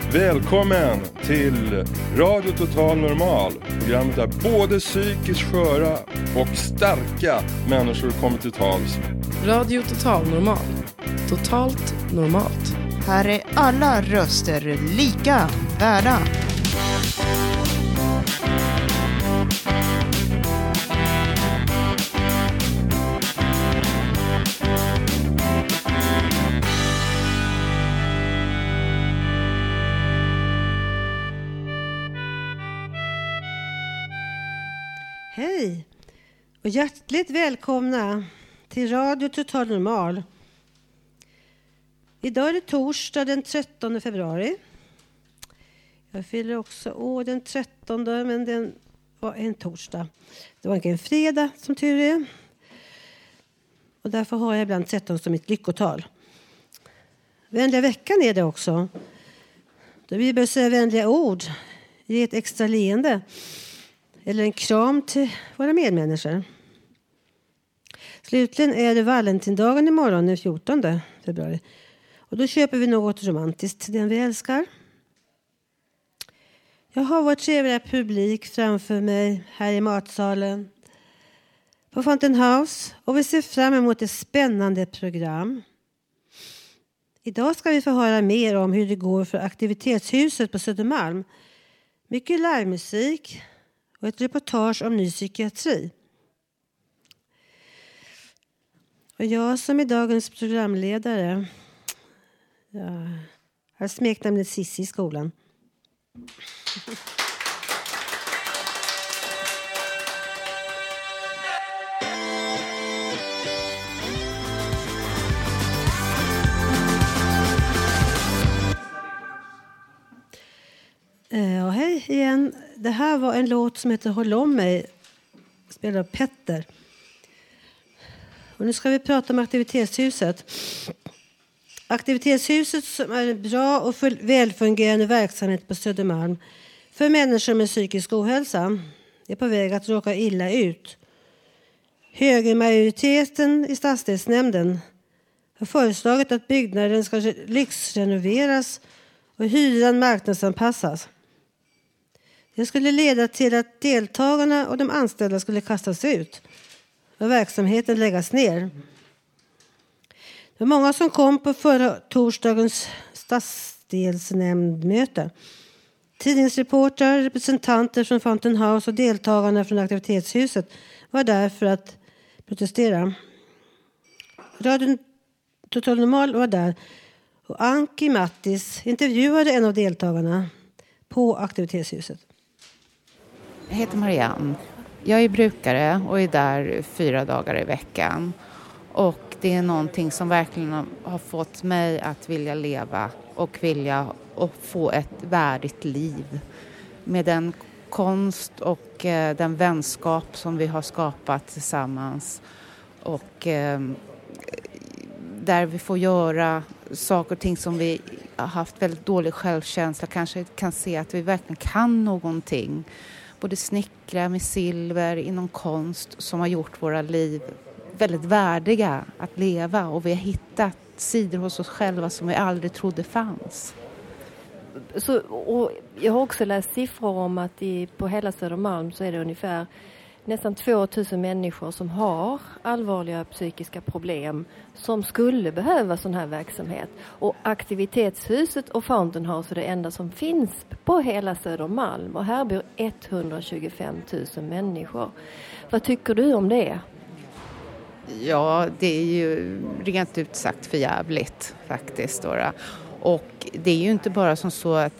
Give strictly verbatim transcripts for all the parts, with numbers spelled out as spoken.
Välkommen till Radio Total Normal. Programmet där både psykiskt sköra och starka människor kommer till tals. Radio Total Normal. Totalt normalt. Här är alla röster lika värda. Hej och hjärtligt välkomna till Radio Total Normal. Idag är det torsdag den trettonde februari. Jag fyller också år den trettonde, men den var en torsdag. Det var inte en fredag som tur är. Och därför har jag ibland tretton som mitt lyckotal. Vänliga veckan är det också. Då vi bör säga vänliga ord, ge ett extra leende eller en kram till våra medmänniskor. Slutligen är det Valentindagen imorgon den fjortonde februari. Och då köper vi något romantiskt till den vi älskar. Jag har vår trevliga publik framför mig här i matsalen på Fountain House. Och vi ser fram emot ett spännande program. Idag ska vi få höra mer om hur det går för aktivitetshuset på Södermalm. Mycket livemusik och ett reportage om ny psykiatri. Och jag som är dagens programledare, jag har smeknamnet Sissi i skolan. Ja, hej igen. Det här var en låt som heter Håll om mig, spelad av Petter. Och nu ska vi prata om aktivitetshuset. Aktivitetshuset som är en bra och välfungerande verksamhet på Södermalm för människor med psykisk ohälsa är på väg att råka illa ut. Högermajoriteten i stadsdelsnämnden har föreslagit att byggnaden ska lyxrenoveras och hyran marknadsanpassas. Det skulle leda till att deltagarna och de anställda skulle kastas ut och verksamheten läggas ner. Det var många som kom på förra torsdagens stadsdelsnämndmöte. Tidningsreportrar, representanter från Fountain House och deltagarna från aktivitetshuset var där för att protestera. Radio Total Normal var där och Anki Mattis intervjuade en av deltagarna på aktivitetshuset. Jag heter Marianne. Jag är brukare och är där fyra dagar i veckan. Och det är någonting som verkligen har fått mig att vilja leva och vilja och få ett värdigt liv. Med den konst och eh, den vänskap som vi har skapat tillsammans. Och eh, där vi får göra saker och ting som vi har haft väldigt dålig självkänsla. Kanske kan se att vi verkligen kan någonting. Både snickra med silver inom konst som har gjort våra liv väldigt värdiga att leva. Och vi har hittat sidor hos oss själva som vi aldrig trodde fanns. Så, och jag har också läst siffror om att i, på hela Södermalm så är det ungefär nästan tvåtusen människor som har allvarliga psykiska problem som skulle behöva sån här verksamhet. Och aktivitetshuset och Fountain House är det enda som finns på hela Södermalm. Och här bor etthundratjugofem tusen människor. Vad tycker du om det? Ja, det är ju rent ut sagt för jävligt faktiskt. Då. Och det är ju inte bara som så att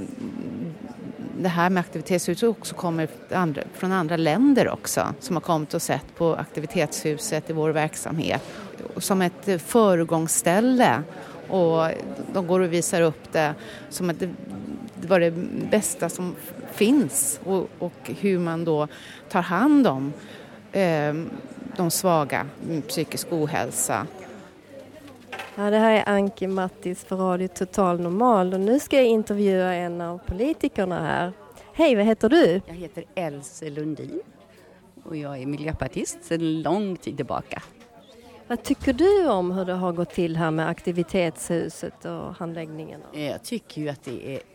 det här med aktivitetshuset också kommer andra, från andra länder också som har kommit och sett på aktivitetshuset i vår verksamhet som ett föregångsställe, och de går och visar upp det som att det, det var det bästa som finns, och, och hur man då tar hand om eh, de svaga med psykisk ohälsa. Ja, det här är Anki Mattis för Radio Total Normal och nu ska jag intervjua en av politikerna här. Hej, vad heter du? Jag heter Else Lundin och jag är miljöpartist sedan lång tid tillbaka. Vad tycker du om hur det har gått till här med aktivitetshuset och handläggningen? Jag tycker ju att det är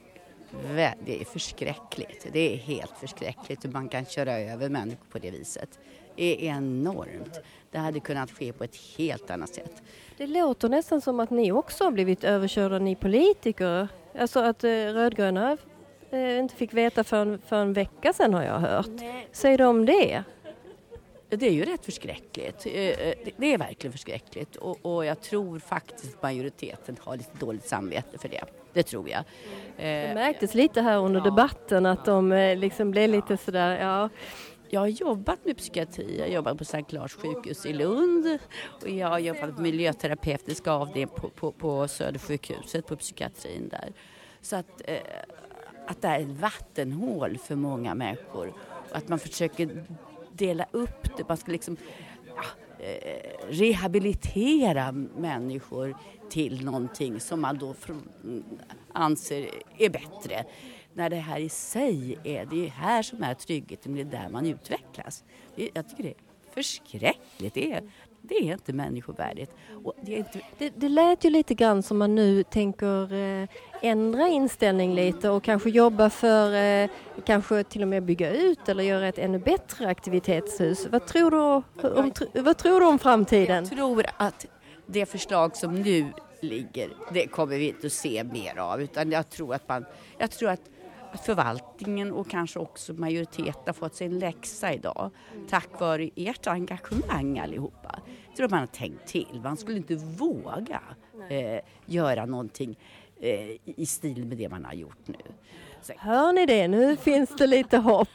det är förskräckligt. Det är helt förskräckligt hur man kan köra över människor på det viset. Det är enormt. Det hade kunnat ske på ett helt annat sätt. Det låter nästan som att ni också har blivit överkörda, ni politiker. Alltså att eh, rödgröna eh, inte fick veta för en, för en vecka sedan har jag hört. Nej. Säger de det? Det är ju rätt förskräckligt. Det är verkligen förskräckligt. Och, och jag tror faktiskt att majoriteten har lite dåligt samvete för det. Det tror jag. Det märktes lite här under debatten att de liksom blev lite sådär, ja. Jag har jobbat med psykiatri. Jag har jobbat på Sankt Lars sjukhus i Lund. Och jag har jobbat med miljöterapeutiska avdelning på, på, på Södersjukhuset på psykiatrin där. Så att, eh, att det är ett vattenhål för många människor. Och att man försöker dela upp det. Man ska liksom ja, eh, rehabilitera människor till någonting som man då fr- anser är bättre. När det här i sig är, det är här som är tryggheten, det är där man utvecklas. Det, jag tycker det är förskräckligt. Det är, det är inte människovärdigt. Och det, är inte... det, det lät ju lite grann som man nu tänker eh, ändra inställning lite och kanske jobba för, eh, kanske till och med bygga ut eller göra ett ännu bättre aktivitetshus. Vad tror du om, vad tror du om framtiden? Jag tror att det förslag som nu ligger, det kommer vi inte att se mer av. Utan jag tror att man, jag tror att att förvaltningen och kanske också majoriteten har fått sin läxa idag. Tack vare ert engagemang allihopa. Jag tror att man har tänkt till. Man skulle inte våga eh, göra någonting eh, i stil med det man har gjort nu. Så. Hör ni det? Nu finns det lite hopp.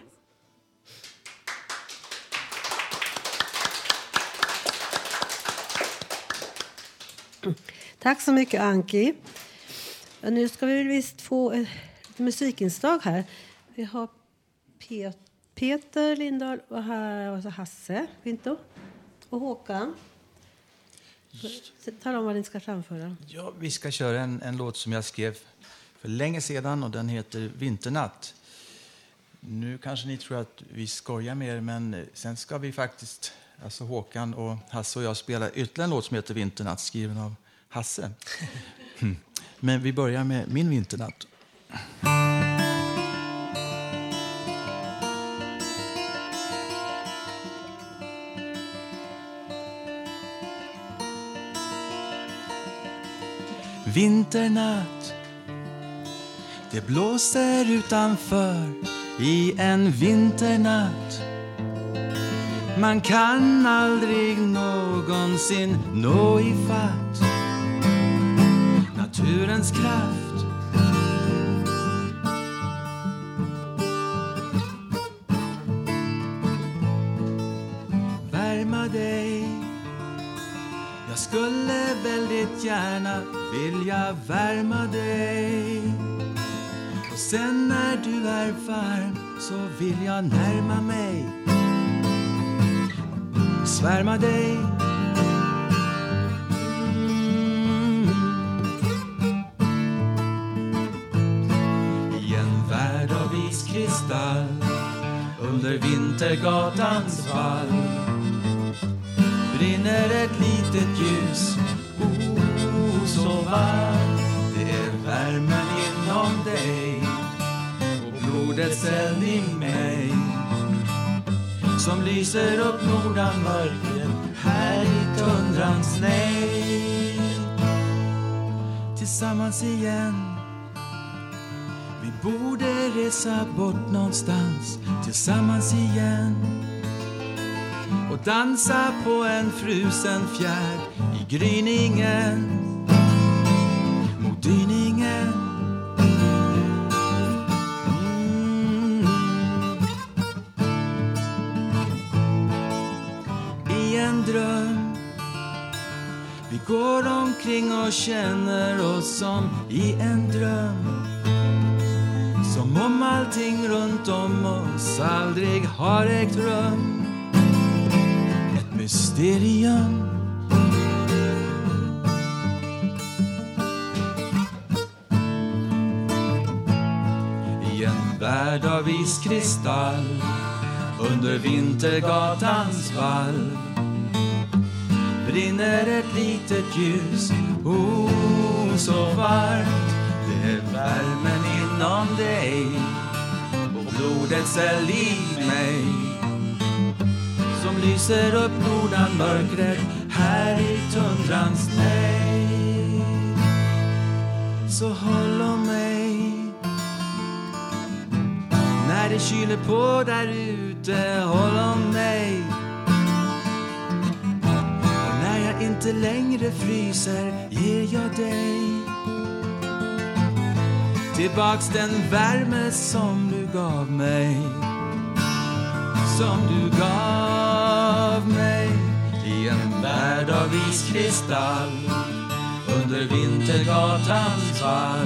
Tack så mycket, Anki. Nu ska vi visst få ett musikinslag här. Vi har Pet- Peter Lindahl och här och så Hasse Vinto och Håkan. Tala om vad ni ska framföra. Ja, vi ska köra en, en låt som jag skrev för länge sedan och den heter Vinternatt. Nu kanske ni tror att vi skojar med er, men sen ska vi faktiskt, alltså Håkan och Hasse och jag, spela ytterligare en låt som heter Vinternatt, skriven av Hasse. Men vi börjar med Min vinternatt. Vinternatt, det blåser utanför i en vinternatt. Man kan aldrig någonsin nå ifatt naturens kraft. Värma dig, jag skulle väldigt gärna vilja värma dig. Och sen när du är varm så vill jag närma mig, svärma dig. Mm. I en värld av iskristall under Vintergatans vall brinner ett litet ljus, oh, så varmt. Det är värmen inom dig och blodets eld i mig som lyser upp nordanmörkret här i tundrans nej. Tillsammans igen, vi borde resa bort någonstans tillsammans igen och dansa på en frusen fjärd i gryningen mot dyningen. Mm. I en dröm vi går omkring och känner oss som i en dröm, som om allting runt om oss aldrig har ägt rum. Mysterium. I en värld av iskristall under Vintergatans vall brinner ett litet ljus, oh, så varmt. Det är värmen inom dig och blodets eld i mig som lyser upp nordanmörkret här i tundrans nej. Så håll om mig när det kyler på där ute, håll om mig. Och när jag inte längre fryser ger jag dig tillbaks den värme som du gav mig, som du gav mig i en värld av iskristall under Vintergatans vall.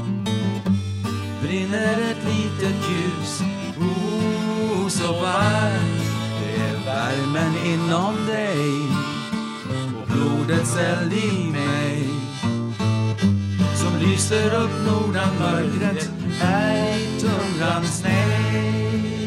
Brinner ett litet ljus, oh, så varmt. Det är värmen inom dig och blodets eld i mig som lyser upp nordanmörkret här i tundrans nej.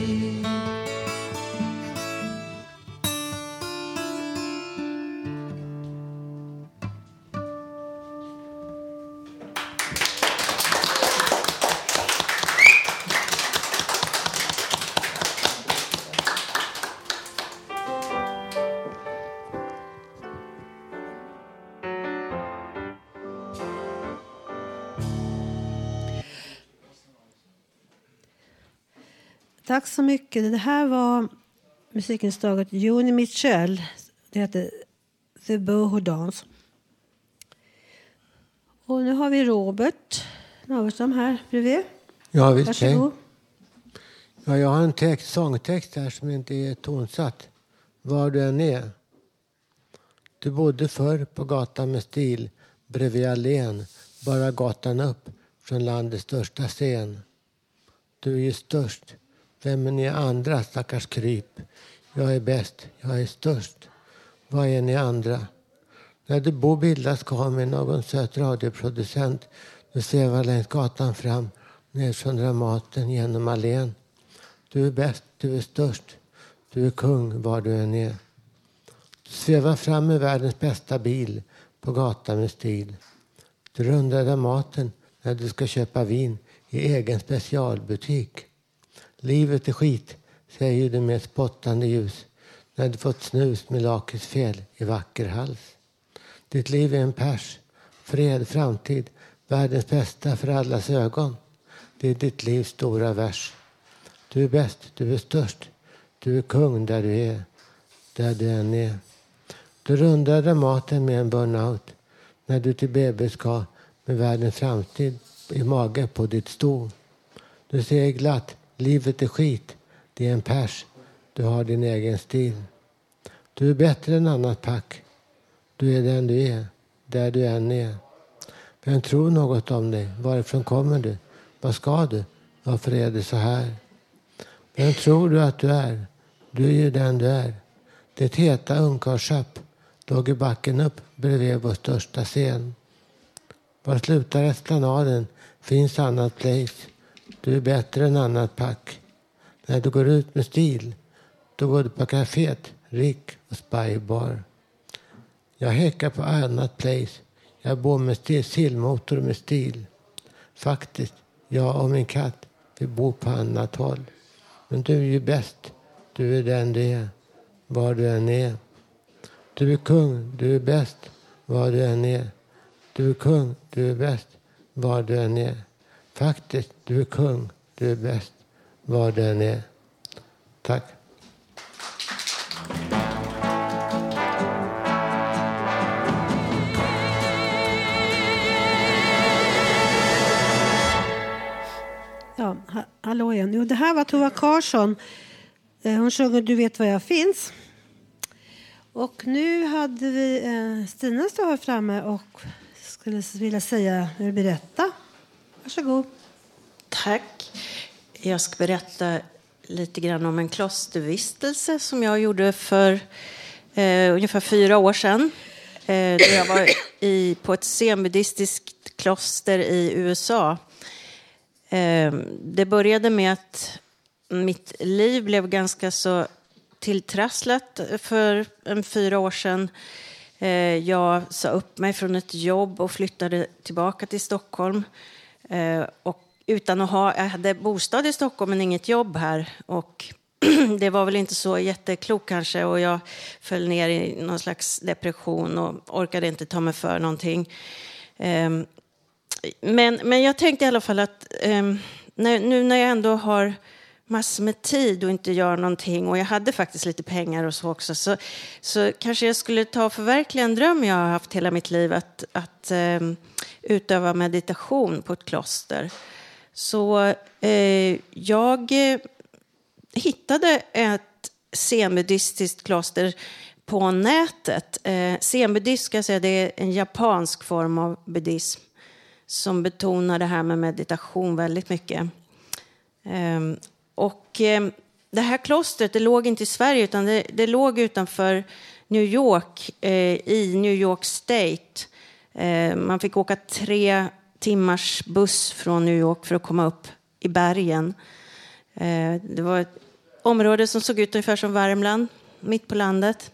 Tack så mycket. Det här var musikinslaget Joni Mitchell. Det heter The Boho Dance. Och nu har vi Robert Naverstam här bredvid. Ja, visst. Varsågod. Ja, jag har en text, sångtext här som inte är tonsatt. Var du än är. Du bodde förr på gatan med stil, bredvid allén, bara gatan upp från landets största scen. Du är ju störst. Vem är ni andra, stackars kryp? Jag är bäst, jag är störst. Vad är ni andra? När du bor bildas kom med någon söt radioproducent. Du svävar längs gatan fram, ner från Dramaten genom allén. Du är bäst, du är störst. Du är kung, var du än är. Du svävar fram med världens bästa bil på gatan med stil. Du rundar Dramaten när du ska köpa vin i egen specialbutik. Livet är skit, säger du med spottande ljus när du fått snus med lakritsfel i vacker hals. Ditt liv är en pers, fred, framtid, världens bästa för allas ögon. Det är ditt livs stora vers. Du är bäst, du är störst, du är kung där du är, där du än är. Du rundar Dramaten med en burnout när du till B B ska med världens framtid i mage på ditt stol. Du säger glatt, livet är skit, det är en pers, du har din egen stil. Du är bättre än annat pack, du är den du är, där du än är. Vem tror något om dig, varifrån kommer du, vad ska du, varför är det så här? Vem tror du att du är, du är ju den du är. Det heta ungkarlschapp låg i backen upp bredvid vår största scen. Var slutar esplanaden, finns annat place. Du är bättre än annat pack. När du går ut med stil, då går du på kaféet, Rick och Spybar. Jag häckar på annat place. Jag bor med stil, sillmotor med stil. Faktiskt, jag och min katt, vi bor på annat håll. Men du är ju bäst. Du är den du är, var du än är. Du är kung, du är bäst, var du än är. Du är kung, du är bäst, var du än är. Faktiskt, du är kung, du är bäst, var du än är. Tack. Ja, ha- hallå igen. Jo, det här var Tova Karlsson. Eh, Hon sjunger Du vet var jag finns. Och nu hade vi eh, Stina stå här framme och skulle vilja säga, eller berätta. Varsågod. Tack. Jag ska berätta lite grann om en klostervistelse som jag gjorde för eh, ungefär fyra år sedan. Eh, då jag var i, på ett zenbuddhistiskt kloster i U S A. Eh, det började med att mitt liv blev ganska så tilltrasslat för en fyra år sedan. Eh, jag sa upp mig från ett jobb och flyttade tillbaka till Stockholm. Eh, och utan att ha, jag hade bostad i Stockholm men inget jobb här. Och det var väl inte så jätteklokt kanske. Och jag föll ner i någon slags depression och orkade inte ta mig för någonting. Um, men, men jag tänkte i alla fall att um, när, nu när jag ändå har massor med tid och inte gör någonting, och jag hade faktiskt lite pengar och så också, så, så kanske jag skulle ta och förverkliga en dröm jag har haft hela mitt liv, att, att um, utöva meditation på ett kloster. Så eh, jag eh, hittade ett zenbuddhistiskt kloster på nätet. Eh, zenbuddhism, ska jag säga, det är en japansk form av buddhism som betonar det här med meditation väldigt mycket. Eh, och eh, det här klostret, det låg inte i Sverige utan det, det låg utanför New York, eh, i New York State. Eh, man fick åka tre timmars buss från New York för att komma upp i bergen. Eh, det var ett område som såg ut ungefär som Värmland, mitt på landet.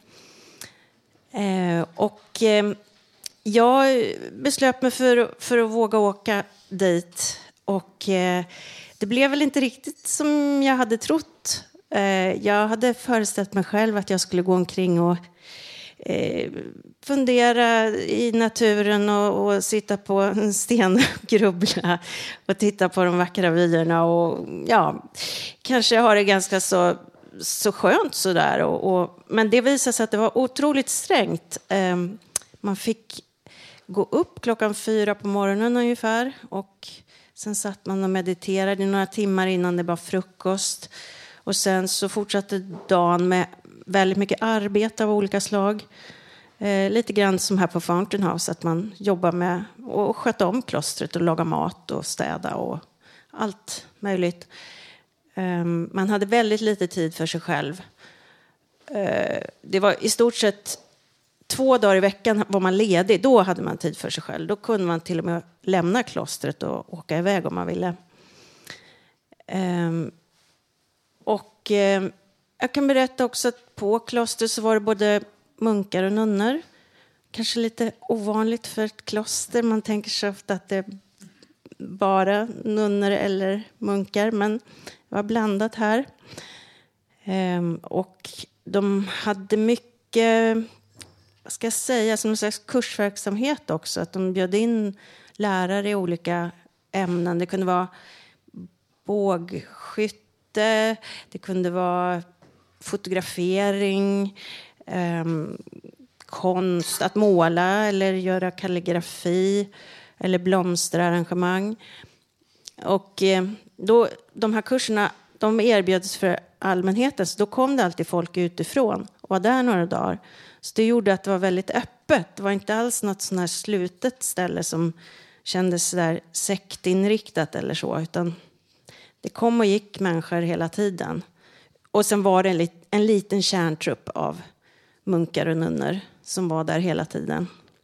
Eh, och eh, jag beslöt mig för, för att våga åka dit. Och eh, det blev väl inte riktigt som jag hade trott. Eh, jag hade föreställt mig själv att jag skulle gå omkring och eh, fundera i naturen och, och sitta på en sten och grubbla och titta på de vackra vyerna. Och ja, kanske har det ganska så, så skönt sådär. Och, och, men det visade sig att det var otroligt strängt. Eh, man fick gå upp klockan fyra på morgonen ungefär, och sen satt man och mediterade några timmar innan det var frukost. Och sen så fortsatte dagen med väldigt mycket arbete av olika slag. Eh, lite grann som här på Fountain House, att man jobbar med att sköta om klostret och laga mat och städa och allt möjligt. Eh, man hade väldigt lite tid för sig själv. Eh, det var i stort sett två dagar i veckan var man ledig. Då hade man tid för sig själv. Då kunde man till och med lämna klostret och åka iväg om man ville. Eh, och eh, jag kan berätta också att på klostret så var det både munkar och nunnor. Kanske lite ovanligt för ett kloster. Man tänker sig ofta att det är bara nunnor eller munkar. Men det var blandat här. Ehm, och de hade mycket, vad ska jag säga, som en slags kursverksamhet också. Att de bjöd in lärare i olika ämnen. Det kunde vara bågskytte. Det kunde vara fotografering. Um, konst, att måla eller göra kalligrafi eller blomsterarrangemang. Och eh, då, de här kurserna, de erbjöds för allmänheten, så då kom det alltid folk utifrån och var där några dagar. Så det gjorde att det var väldigt öppet. Det var inte alls något sån här slutet ställe som kändes där sektinriktat eller så, utan det kom och gick människor hela tiden. Och sen var det en, lit, en liten kärntrupp av munkar och nunnor som var där hela tiden.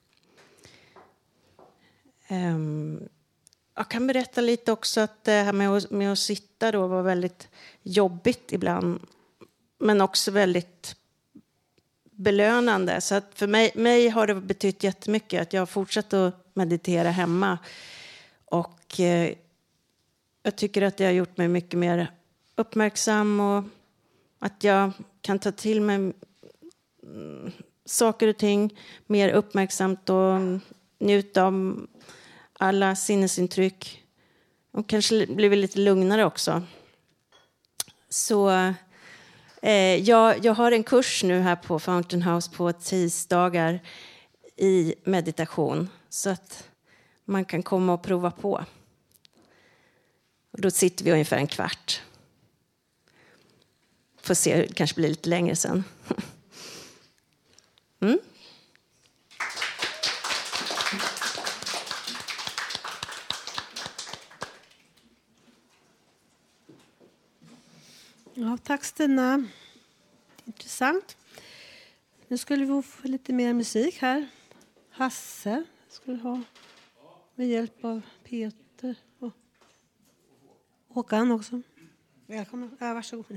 Um, jag kan berätta lite också att det här med att, med att sitta då var väldigt jobbigt ibland. Men också väldigt belönande. Så att för mig, mig har det betytt jättemycket att jag har fortsatt att meditera hemma. Och eh, jag tycker att det har gjort mig mycket mer uppmärksam. Och att jag kan ta till mig saker och ting mer uppmärksamt och njuta av alla sinnesintryck. Och kanske blir lite lugnare också. Så eh, jag, jag har en kurs nu här på Fountain House på tisdagar i meditation. Så att man kan komma och prova på. Och då sitter vi ungefär en kvart. Får se, det kanske blir lite längre sen. Mm. Ja, tack Stina. Intressant. Nu skulle vi få lite mer musik här. Hasse skulle ha med hjälp av Peter och Håkan också. Välkomna. Ja, varsågod.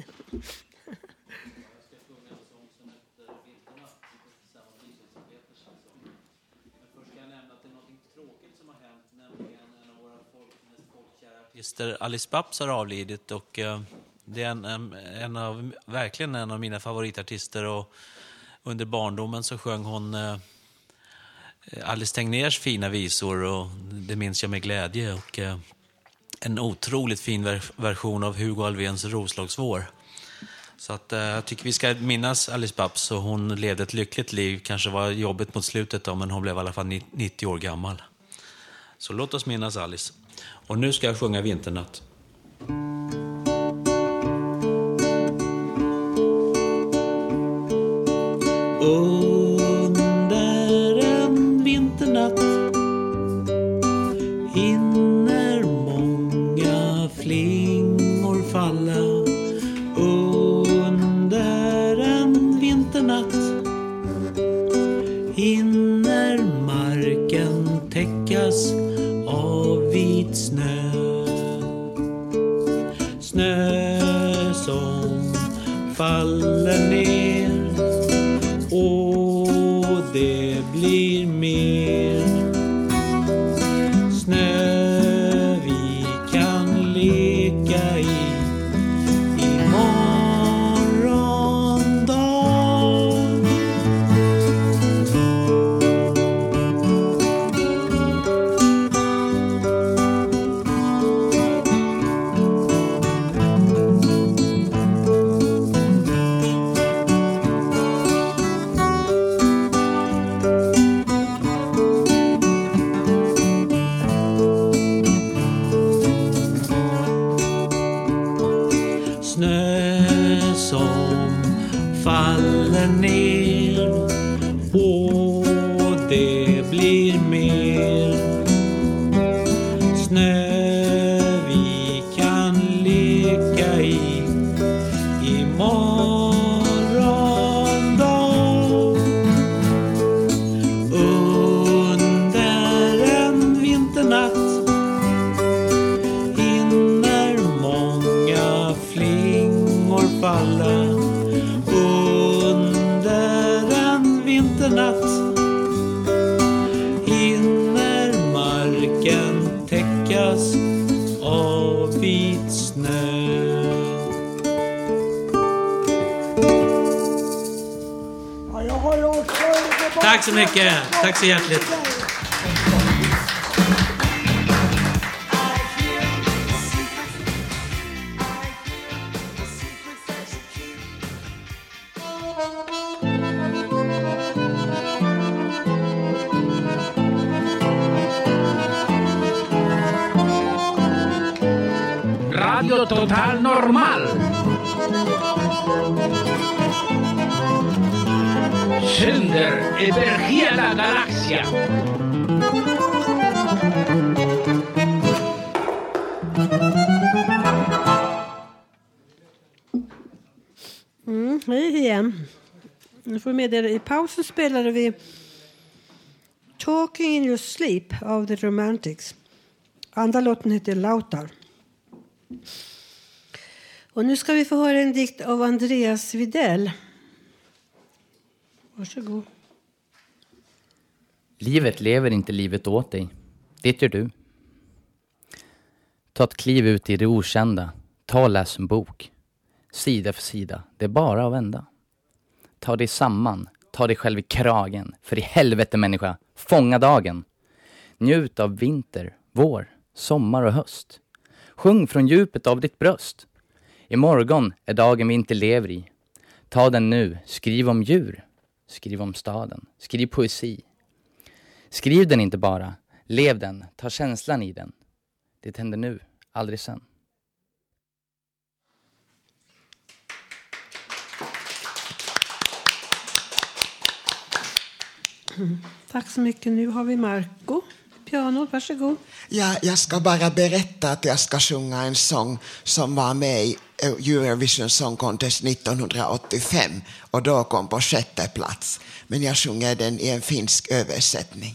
Alice Babs har avlidit och uh, det är en, en av, verkligen en av mina favoritartister. Och under barndomen så sjöng hon uh, Alice Tegnérs fina visor och det minns jag med glädje. Och uh, en otroligt fin ver- version av Hugo Alvéns Roslagsvår. Så att, uh, jag tycker vi ska minnas Alice Babs. Och hon levde ett lyckligt liv, kanske var jobbigt mot slutet då, men hon blev i alla fall nittio år gammal. Så låt oss minnas Alice. Och nu ska jag sjunga Vinternatt. Under en vinternatt hinner många flingor falla. Under en vinternatt hinner marken täckas av vit snö. Snö som faller ner och det blir mer snö vi kan leka i imorgon dag. Snö som faller ner och det blir mer snö vi kan leka i imorgon dag. Under en vinternatt hinner många flingor falla. Under en vinternatt hinner marken täckas av vit snö. Tack så mycket. Tack så hjärtligt. Radio Total Normal. Sänder över hela galaxien. Mm, hej igen. Nu får vi meddela, i pausen spelade vi Talking in your sleep av The Romantics. Andra låten heter Lautar. Och nu ska vi få höra en dikt av Andreas Widell. Varsågod. Livet lever inte livet åt dig. Det gör du. Ta ett kliv ut i det okända. Ta och läs en bok. Sida för sida. Det är bara att vända. Ta dig samman. Ta dig själv i kragen. För i helvete människa. Fånga dagen. Njut av vinter, vår, sommar och höst. Sjung från djupet av ditt bröst. Imorgon är dagen vi inte lever i. Ta den nu. Skriv om djur. Skriv om staden. Skriv poesi. Skriv den inte bara. Lev den. Ta känslan i den. Det händer nu. Aldrig sen. Mm. Tack så mycket. Nu har vi Marco. Piano, varsågod. Ja, jag ska bara berätta att jag ska sjunga en sång som var med i Eurovision Song Contest nittonhundraåttiofem och då kom på sjätte plats. Men jag sjunger den i en finsk översättning.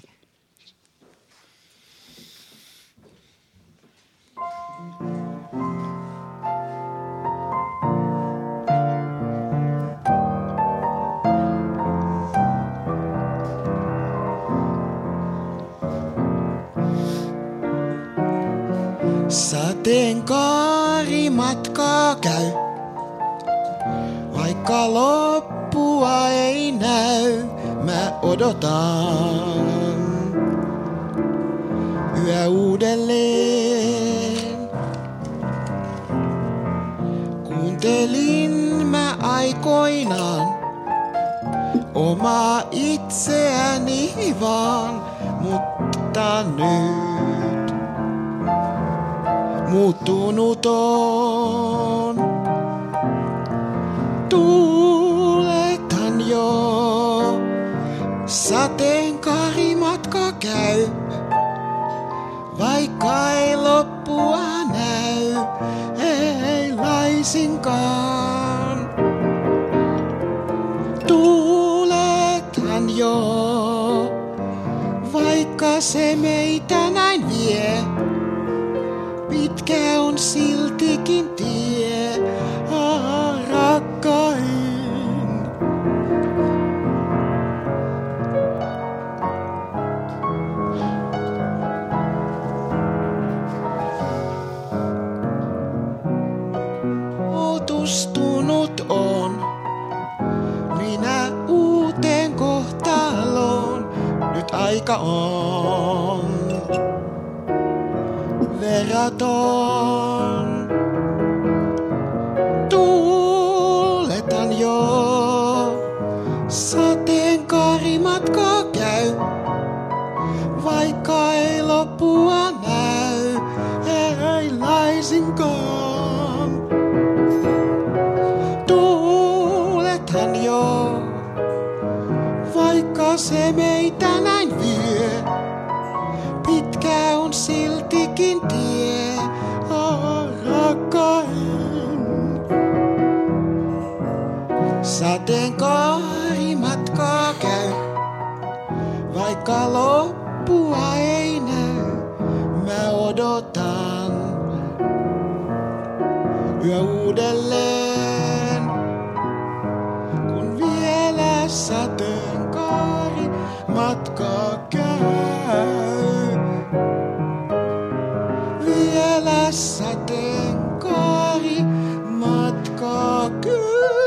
Sateenkaarimatkaa käy, vaikka loppua ei näy, mä odotan yhä uudelleen. Kuuntelin mä aikoinaan omaa itseäni vaan, mutta nyt muuttunut on. Tuulethan jo sateenkaarimatka käy, vaikka ei loppua näy, ei laisinkaan. Tuulethan jo, vaikka se meitä näin vie, pitkä on siltikin tie, ah, rakkain. Tutustunut on minä uuteen kohtaloon, nyt aika on veraton. Tuuletan jo, sateenkaarimatka käy, vaikka ei loppua näy, ei laisinkaan. Tuulethan jo, vaikka se meitä näin vie, pitkä on siltikin tie, oh, rakkain. Sateenkaarimatkaa käy, vaikka loppua ei näy, mä odotan yhä uudelleen, kun vielä sateenkaarimatkaa käy. Vielä sateenkaarimatkaa käy.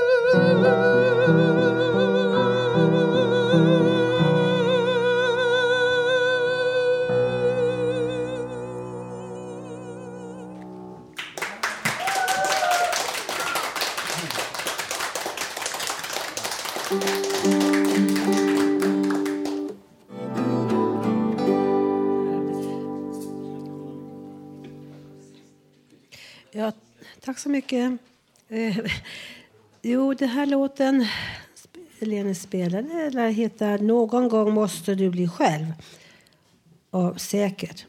Ja, tack så mycket. Eh, jo, den här låten Lene spelade eller heter Någon gång måste du bli själv. Och säkert.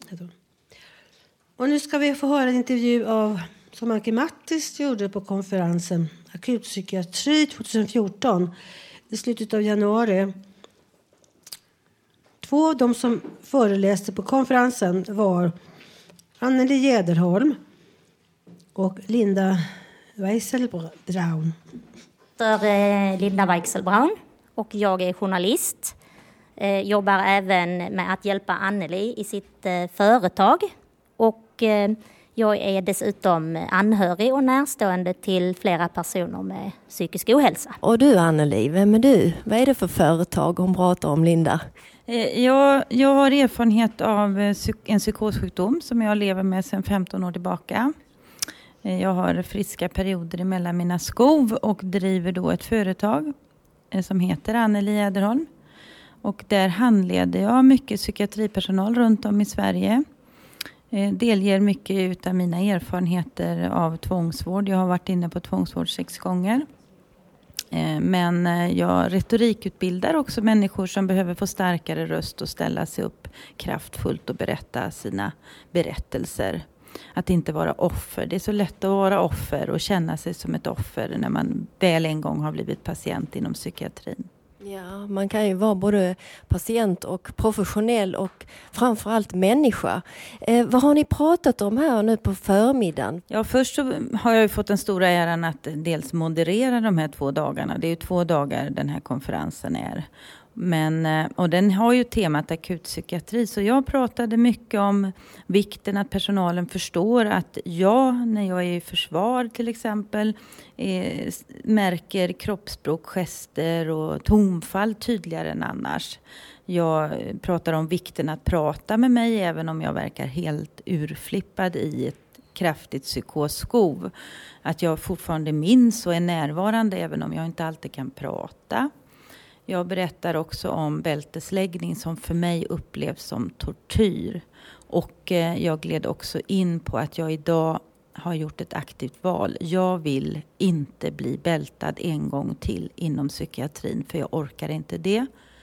Och nu ska vi få höra en intervju av som Anke Mattis gjorde på konferensen Akutpsykiatri tjugo fjorton i slutet av januari. Två av de som föreläste på konferensen var Anneli Jäderholm och Linda Weiselbraun. Jag heter Linda Weiselbraun och jag är journalist. Jobbar även med att hjälpa Anneli i sitt företag. Och jag är dessutom anhörig och närstående till flera personer med psykisk ohälsa. Och du Anneli, vem är du? Vad är det för företag hon pratar om, Linda? Jag, jag har erfarenhet av en psykossjukdom som jag lever med sedan femton år tillbaka. Jag har friska perioder emellan mina skov och driver då ett företag som heter Anneli Jäderholm. Och där handleder jag mycket psykiatripersonal runt om i Sverige. Delger mycket av mina erfarenheter av tvångsvård. Jag har varit inne på tvångsvård sex gånger. Men jag retorikutbildar också människor som behöver få starkare röst och ställa sig upp kraftfullt och berätta sina berättelser. Att inte vara offer. Det är så lätt att vara offer och känna sig som ett offer när man väl en gång har blivit patient inom psykiatrin. Ja, man kan ju vara både patient och professionell och framförallt människa. Eh, vad har ni pratat om här nu på förmiddagen? Ja, först så har jag ju fått den stora äran att dels moderera de här två dagarna. Det är ju två dagar den här konferensen är. Men, och den har ju temat akutpsykiatri, så jag pratade mycket om vikten att personalen förstår att jag, när jag är i försvar till exempel, eh, märker kroppsspråk, gester och tonfall tydligare än annars. Jag pratar om vikten att prata med mig även om jag verkar helt urflippad i ett kraftigt psykosskov. Att jag fortfarande minns och är närvarande även om jag inte alltid kan prata. Jag berättar också om bältesläggning som för mig upplevs som tortyr. Och jag gled också in på att jag idag har gjort ett aktivt val. Jag vill inte bli bältad en gång till inom psykiatrin, för jag orkar inte det.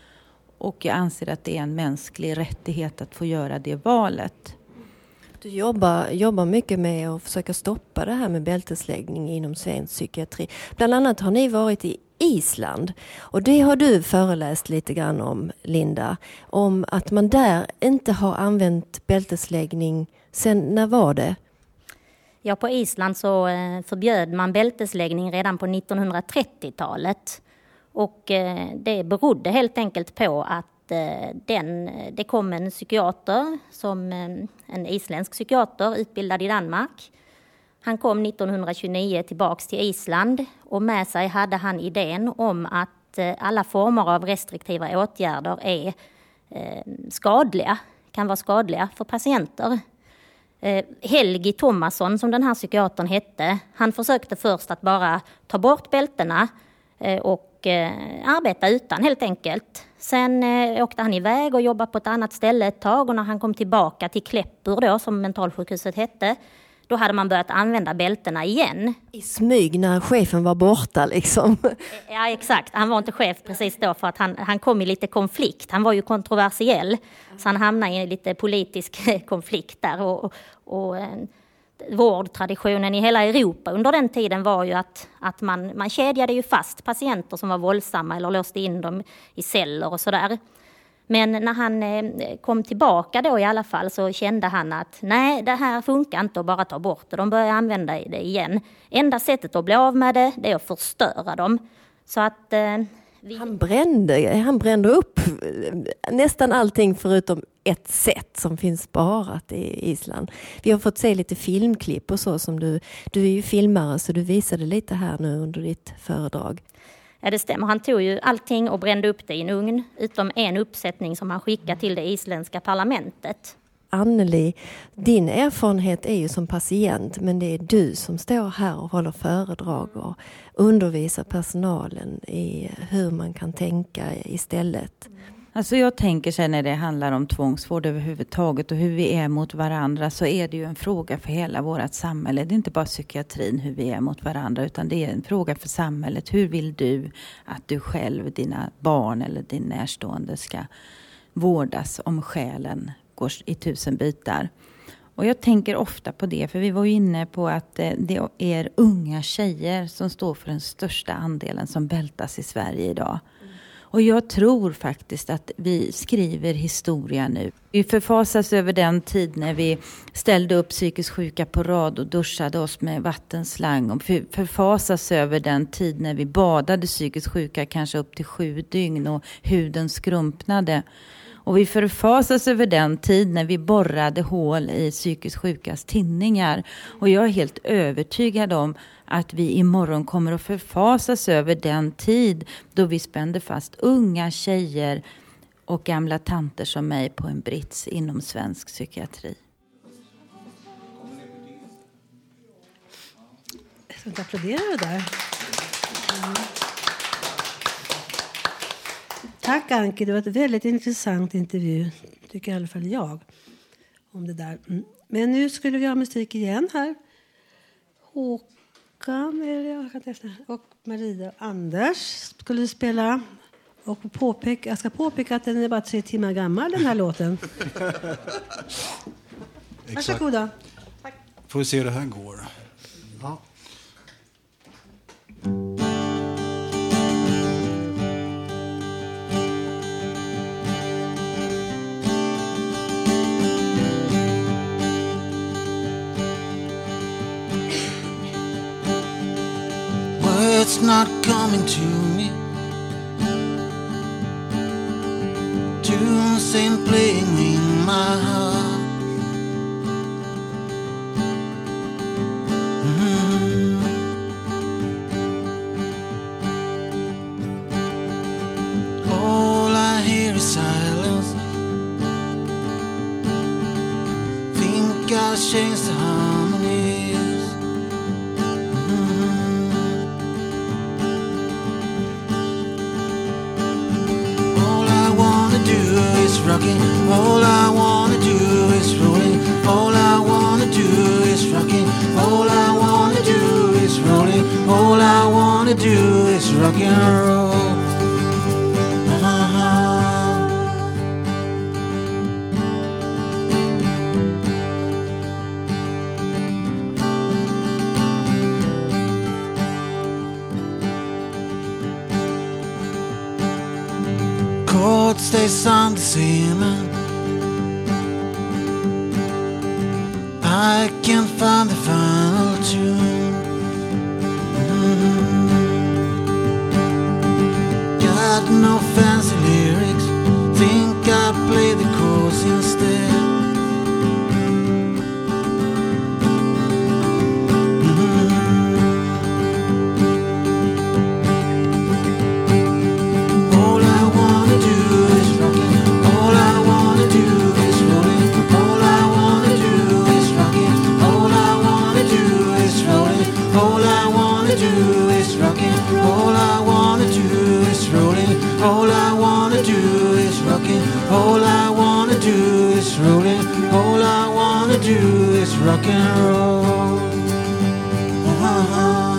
Och jag anser att det är en mänsklig rättighet att få göra det valet. Du jobbar, jobbar mycket med att försöka stoppa det här med bältesläggning inom svensk psykiatri. Bland annat har ni varit i Island, och det har du föreläst lite grann om, Linda, om att man där inte har använt bältesläggning. Sen när var det? Ja, på Island så förbjöd man bältesläggning redan på nittonhundratrettiotalet, och det berodde helt enkelt på att den, det kom en psykiater, som en isländsk psykiater utbildad i Danmark. Han kom nittonhundratjugonio tillbaks till Island, och med sig hade han idén om att alla former av restriktiva åtgärder är skadliga, kan vara skadliga för patienter. Helgi Thomasson, som den här psykiatern hette, han försökte först att bara ta bort bältena och arbeta utan helt enkelt. Sen eh, åkte han iväg och jobbade på ett annat ställe ett tag, och när han kom tillbaka till Kläppur då, som mentalsjukhuset hette, då hade man börjat använda bältena igen. I smyg när chefen var borta liksom. Ja, exakt. Han var inte chef precis då, för att han, han kom i lite konflikt. Han var ju kontroversiell, så han hamnade i lite politisk konflikt där. Och, och, och vårdtraditionen i hela Europa under den tiden var ju att, att man, man kedjade ju fast patienter som var våldsamma eller låste in dem i celler och sådär. Men när han eh, kom tillbaka då i alla fall, så kände han att nej, det här funkar inte att bara ta bort det. De börjar använda det igen. Enda sättet att bli av med det, det är att förstöra dem. Så att... Eh, vi... Han brände, han brände upp nästan allting förutom ett sätt som finns sparat i Island. Vi har fått se lite filmklipp och så, som du, du är ju filmare, så du visade lite här nu under ditt föredrag. Ja, det stämmer. Han tog ju allting och brände upp det i en ugn, utom en uppsättning som han skickade till det isländska parlamentet. Anneli, din erfarenhet är ju som patient, men det är du som står här och håller föredrag och undervisar personalen i hur man kan tänka istället. Alltså jag tänker sig, när det handlar om tvångsvård överhuvudtaget och hur vi är mot varandra, så är det ju en fråga för hela vårt samhälle. Det är inte bara psykiatrin hur vi är mot varandra, utan det är en fråga för samhället. Hur vill du att du själv, dina barn eller din närstående ska vårdas om själen går i tusen bitar? Och jag tänker ofta på det, för vi var ju inne på att det är unga tjejer som står för den största andelen som bältas i Sverige idag. Och jag tror faktiskt att vi skriver historia nu. Vi förfasas över den tid när vi ställde upp psykiskt sjuka på rad och duschade oss med vattenslang. Och förfasas över den tid när vi badade psykiskt sjuka kanske upp till sju dygn och huden skrumpnade. Och vi förfasas över den tid när vi borrade hål i psykiskt sjukas tinningar. Och jag är helt övertygad om att vi imorgon kommer att förfasas över den tid då vi spände fast unga tjejer och gamla tanter som mig på en brits inom svensk psykiatri. Jag ska inte applådera det där. Mm. Tack Anke, det var ett väldigt intressant intervju, tycker i alla fall jag, om det där. Mm. Men nu skulle vi ha musik igen här. Håkan jag kan efter, och Maria och Anders skulle spela. Och påpeka, jag ska påpeka att den är bara tre timmar gammal, den här låten. Varsågoda. Tack. Får vi se hur det här går. Ja. Words not coming to me. insane playing in my heart. Mm-hmm. All I hear is silence. Think I'll change the harmonies. Mm-hmm. All I wanna do is rocking. All I wanna do is rolling. All I wanna do is rocking. All I wanna do is rolling. All I wanna do is rock and roll. Chords stay sound the same, and I can't find the final tune. Mm-hmm. Got no fancy lyrics, think I play the chords instead. All I wanna do is rockin'. All I wanna do is rollin'. All I wanna do is rock and roll. Uh-huh.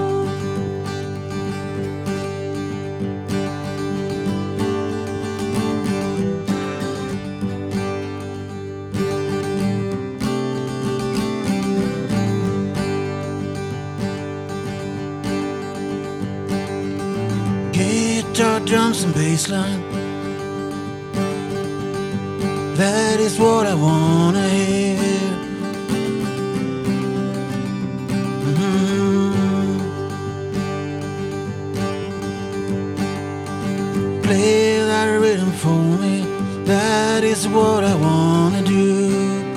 Guitar, drums and bass line. That is what I wanna hear. Mm-hmm. Play that rhythm for me. That is what I wanna do.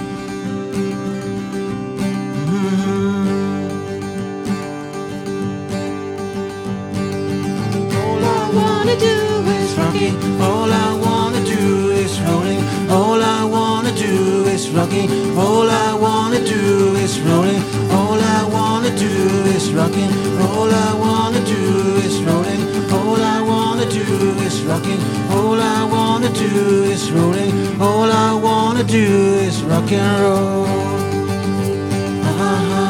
All I wanna do is rolling. All I wanna do is rocking. All I wanna do is rolling. All I wanna do is rocking. All I wanna do is rolling. All I wanna do is rocking. All I wanna do is rolling. All I wanna do is rock and roll. Uh-huh.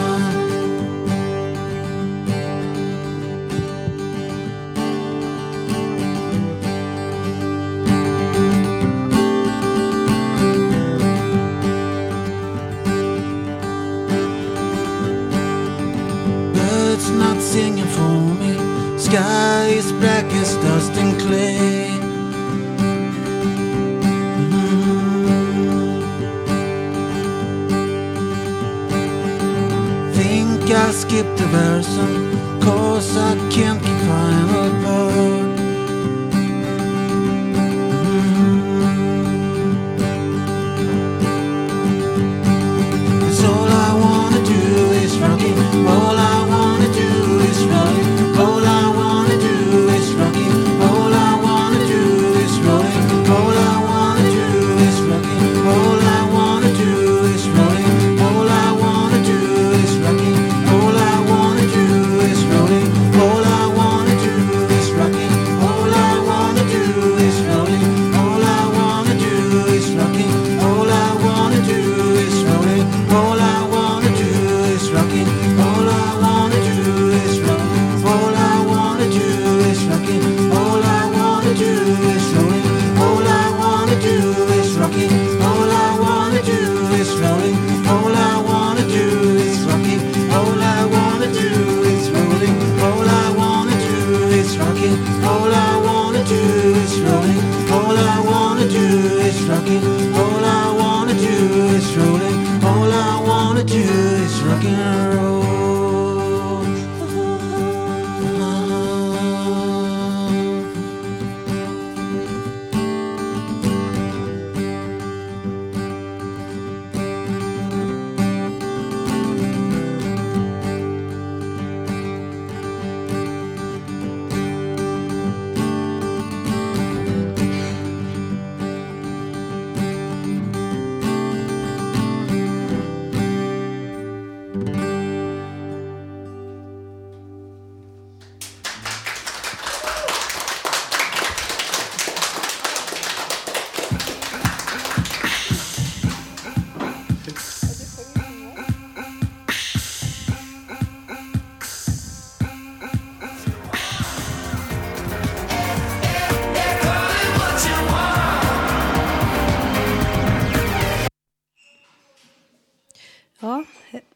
Not singing for me. Sky is black as dust and clay. Mm-hmm. Think I'll skip the verse, cause I can't keep final part. Mm-hmm. It's all I wanna do is rocking. All I wanna do is rolling. All I wanna do is rocking. All I wanna do is rolling. All I wanna do is rocking. All I wanna do is rolling. All I wanna do is rocking. All I wanna do is rolling. All I wanna do is rocking. All I wanna do is rolling. All I wanna do is rocking. All I wanna do is rolling. All I wanna do is rocking. All I wanna do is rock. All I wanna do is rocking. All I wanna do is rolling. All I wanna do is rocking. All I wanna do is rolling. All I wanna do is rocking. All I wanna do is rolling. All I wanna do is rocking. All I wanna do is rolling. All I wanna do is rocking. All I wanna do is rolling. All I wanna do is rock and roll.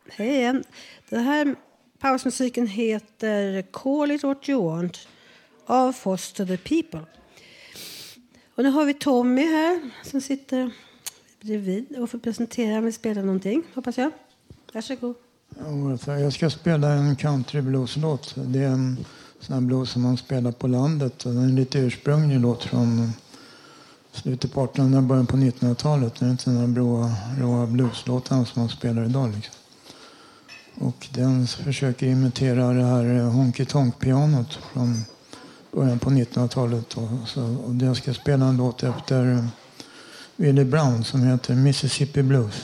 Hej igen. Den här pausmusiken heter Call It What You Want av Foster the People. Och nu har vi Tommy här som sitter bredvid och får presentera och spela någonting, hoppas jag. Varsågod. Jag ska spela en country blueslåt. Det är en sån här blues som man spelar på landet. Det är en lite ursprunglig låt från slutet på artonhundratalet, början på nittonhundratalet. Det är inte sådana här råa, råa blueslåtar som man spelar idag. Liksom. Och den försöker imitera det här honky tonk-pianot från början på nittonhundratalet. Och, så, och jag ska spela en låt efter Willie Brown som heter Mississippi Blues.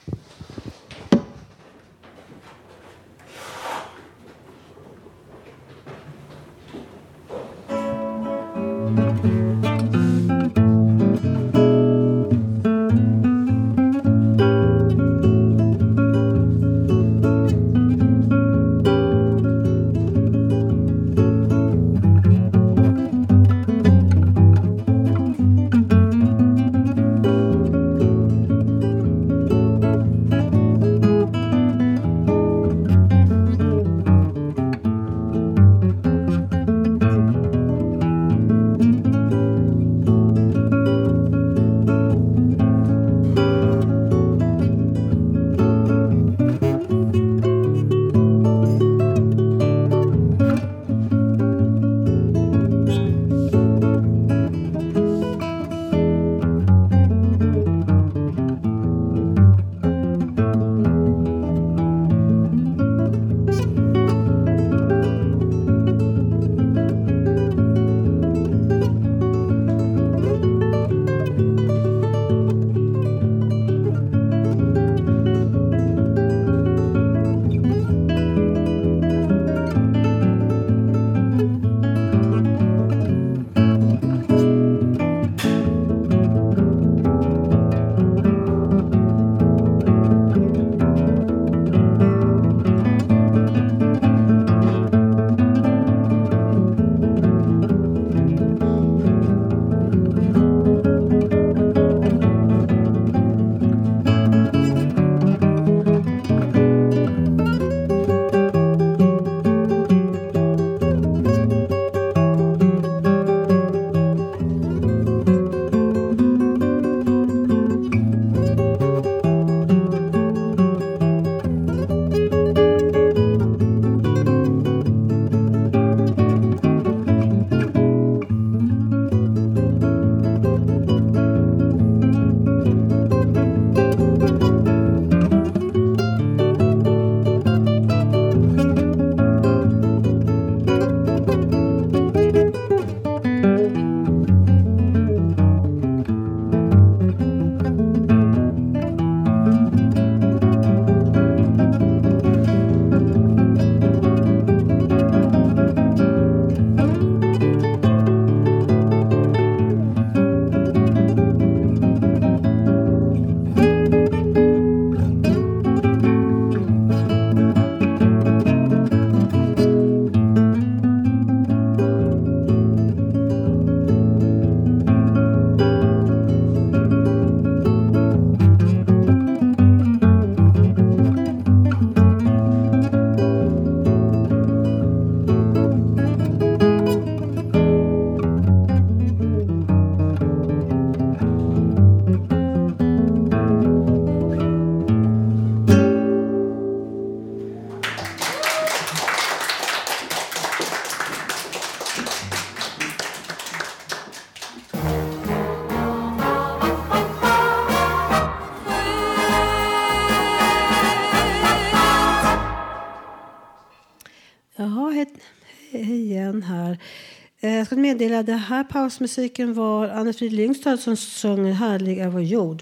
igen här. Jag ska meddela att den här pausmusiken var Anne-Frid Lyngstad som sjöng Härlig är vår jord.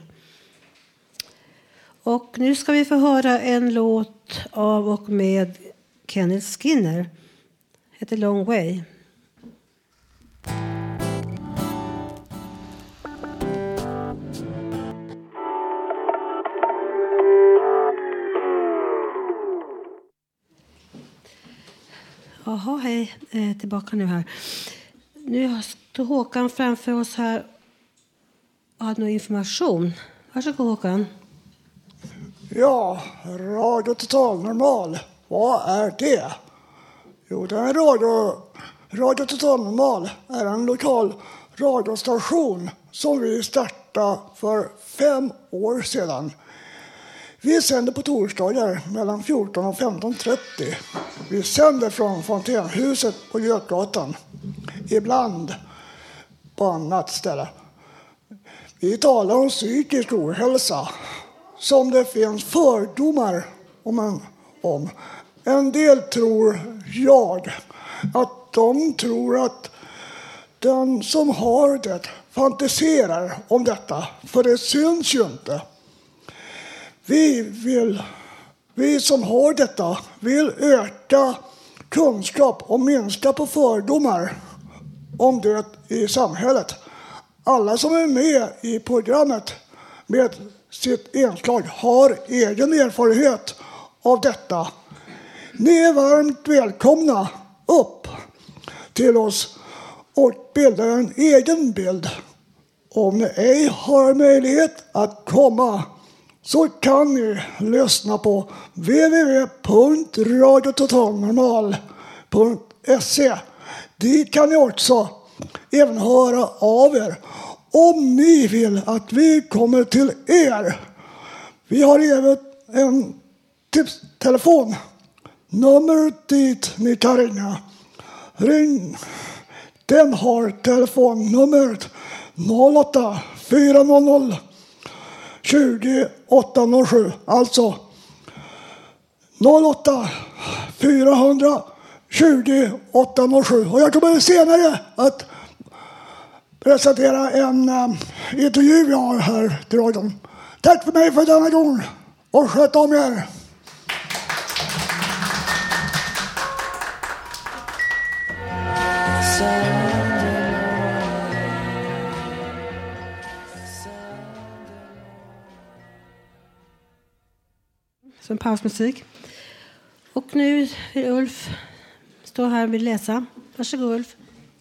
Och nu ska vi få höra en låt av och med Kenneth Skinner. Heter Long Way. Jaha, hej. Eh, tillbaka nu här. Nu står Håkan framför oss här och har någon information. Varsågod Håkan. Ja, Radio Total Normal. Vad är det? Jo, det är en radio... Radio Total Normal är en lokal radiostation som vi startade för fem år sedan. Vi sänder på torsdagar mellan fjorton och femton trettio. Vi sänder från Fontänhuset på Götgatan. Ibland på annat ställe. Vi talar om psykisk ohälsa som det finns fördomar om. En, om. en del tror jag att de tror att den som har det fantiserar om detta, för det syns ju inte. Vi vill, vi som har detta vill öka kunskap och minska på fördomar om det i samhället. Alla som är med i programmet med sitt inslag har egen erfarenhet av detta. Ni är varmt välkomna upp till oss och bilda en egen bild. Om ni ej har möjlighet att komma så kan ni lyssna på w w w punkt radio total normal punkt se. Dit kan ni också även höra av er om ni vill att vi kommer till er. Vi har även en tipstelefon. Numret dit ni kan ringa. Ring. Den har telefonnumret noll åtta fyra noll noll tjugo åtta noll sju. Alltså noll åtta fyra tjugo åtta noll sju. Och jag kommer senare att presentera en um, intervju jag har här till radion. Tack för mig för denna gång och sköt om er. Som pausmusik. Och nu vill Ulf stå här och vill läsa. Varsågod Ulf.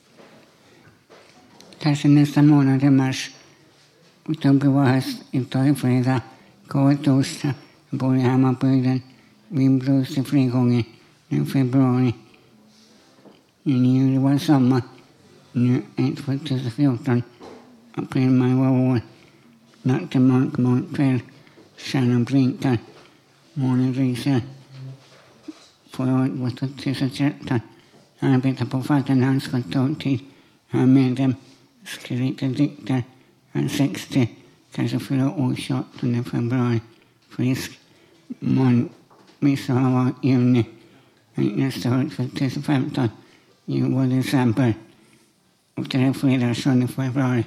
Kanske nästa månad i mars. Oktober var höst. Idag är fredag. Går ett torsdag. Jag bor i Hammarbygden. Min bror ser fler gånger. Nu februari. I juli var sommar. Nu är tjugo fjorton. April, maj var år. Natten, mörk, mörk kväll. Stjärnan blinkar. Månen ryser. Förra året var tjugohundratretton. Jag arbetar på Fattiglands kontortid. Jag är medlem. Skriver dikter. Jag är sextio. Kanske fyra år tjugoåttonde februari. Frisk. Mån. Midsommar var juni. Nästa år tjugohundrafemton. Juli var december. Och det är fredag sjunde februari.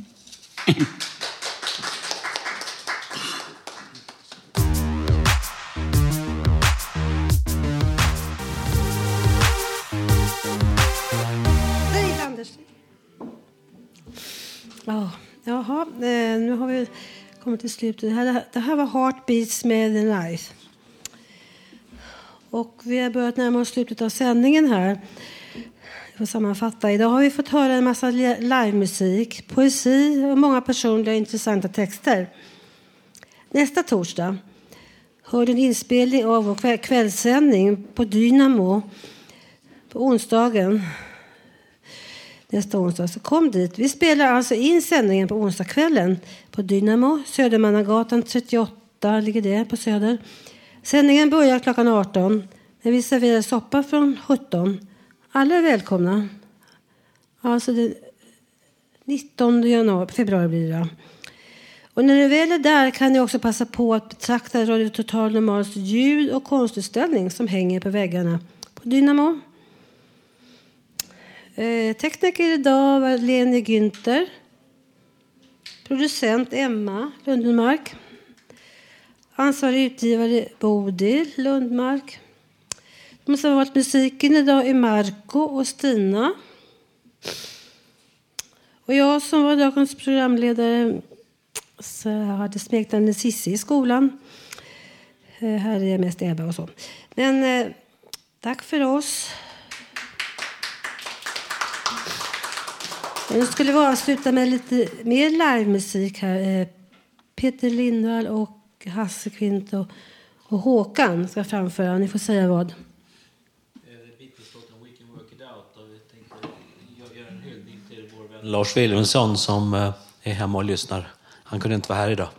Ja, jaha, nu har vi kommit till slutet. Det här, det här var Heartbeats med The Knife. Och vi har börjat närma oss slutet av sändningen här. Jag får sammanfatta. Idag har vi fått höra en massa livemusik, poesi och många personliga intressanta texter. Nästa torsdag hör en inspelning av vår kvällssändning på Dynamo på onsdagen. Nästa onsdag, så kom dit. Vi spelar alltså in sändningen på onsdagskvällen på Dynamo, Södermannagatan trettioåtta ligger det på Söder. Sändningen börjar klockan arton. När vi serverar soppa från sjutton. Alla är välkomna. Alltså den nittonde januari, februari blir det. Och när ni väl är där kan ni också passa på att betrakta Radio Total Normals ljud- och konstutställning som hänger på väggarna på Dynamo. Eh, tekniker idag var Leni Günther. Producent Emma Lundmark. Ansvarig utgivare Bodil Lundmark. De som har varit musiken idag är Marco och Stina. Och jag som var dagens programledare så hade smeknande Sissi i skolan. Eh, här är jag mest Ebba och så. Men eh, tack för oss. Nu skulle vi avsluta med lite mer livemusik här. Peter Lindvall och Hasse Kvint och, och Håkan ska framföra. Ni får säga vad. Lars Wilhelmsson som är hemma och lyssnar. Han kunde inte vara här idag.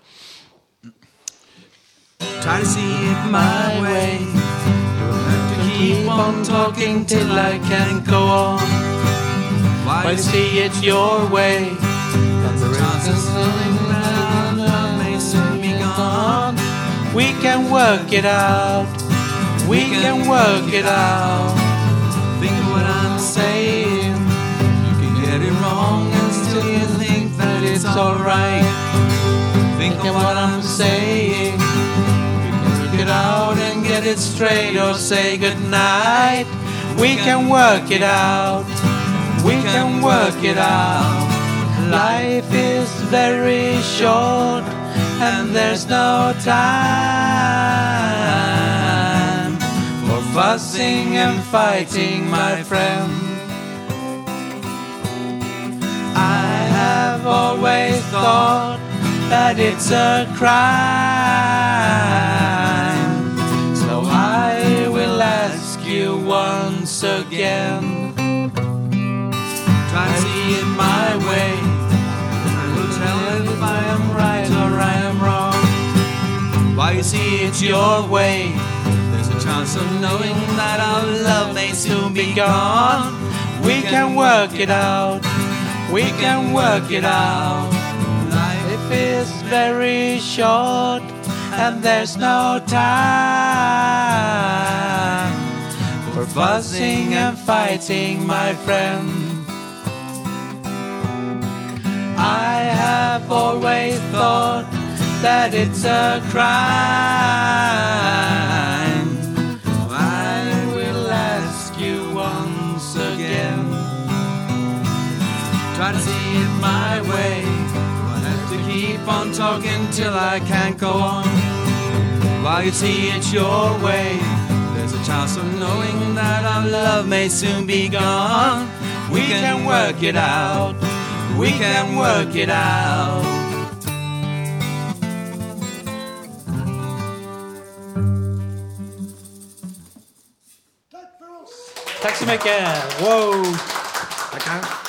Try to see it my way. You'll have to keep on talking till I can't go on. Why you see it your way? And the chances of living around may soon be gone. We can work it out. We can work it out. Think of what I'm saying. You can get it wrong and still you think that it's alright. Think of what I'm saying. It out and get it straight or say goodnight. We can work it out. We can work it out. Life is very short and there's no time for fussing and fighting, my friend. I have always thought that it's a crime. I will ask you once again. Try to see it my way. I will tell if I am right or I am wrong. Why you see it your way? There's a chance of knowing that our love may soon be gone. We can work it out. We can work it out. Life is very short and there's no time for fussing and fighting, my friend. I have always thought that it's a crime. I will ask you once again. Try to see it my way. I have to keep on talking till I can't go on. While you see it your way, there's a chance of knowing that our love may soon be gone. We can work it out. We can work it out. Tack så mycket. Wow. Tackar.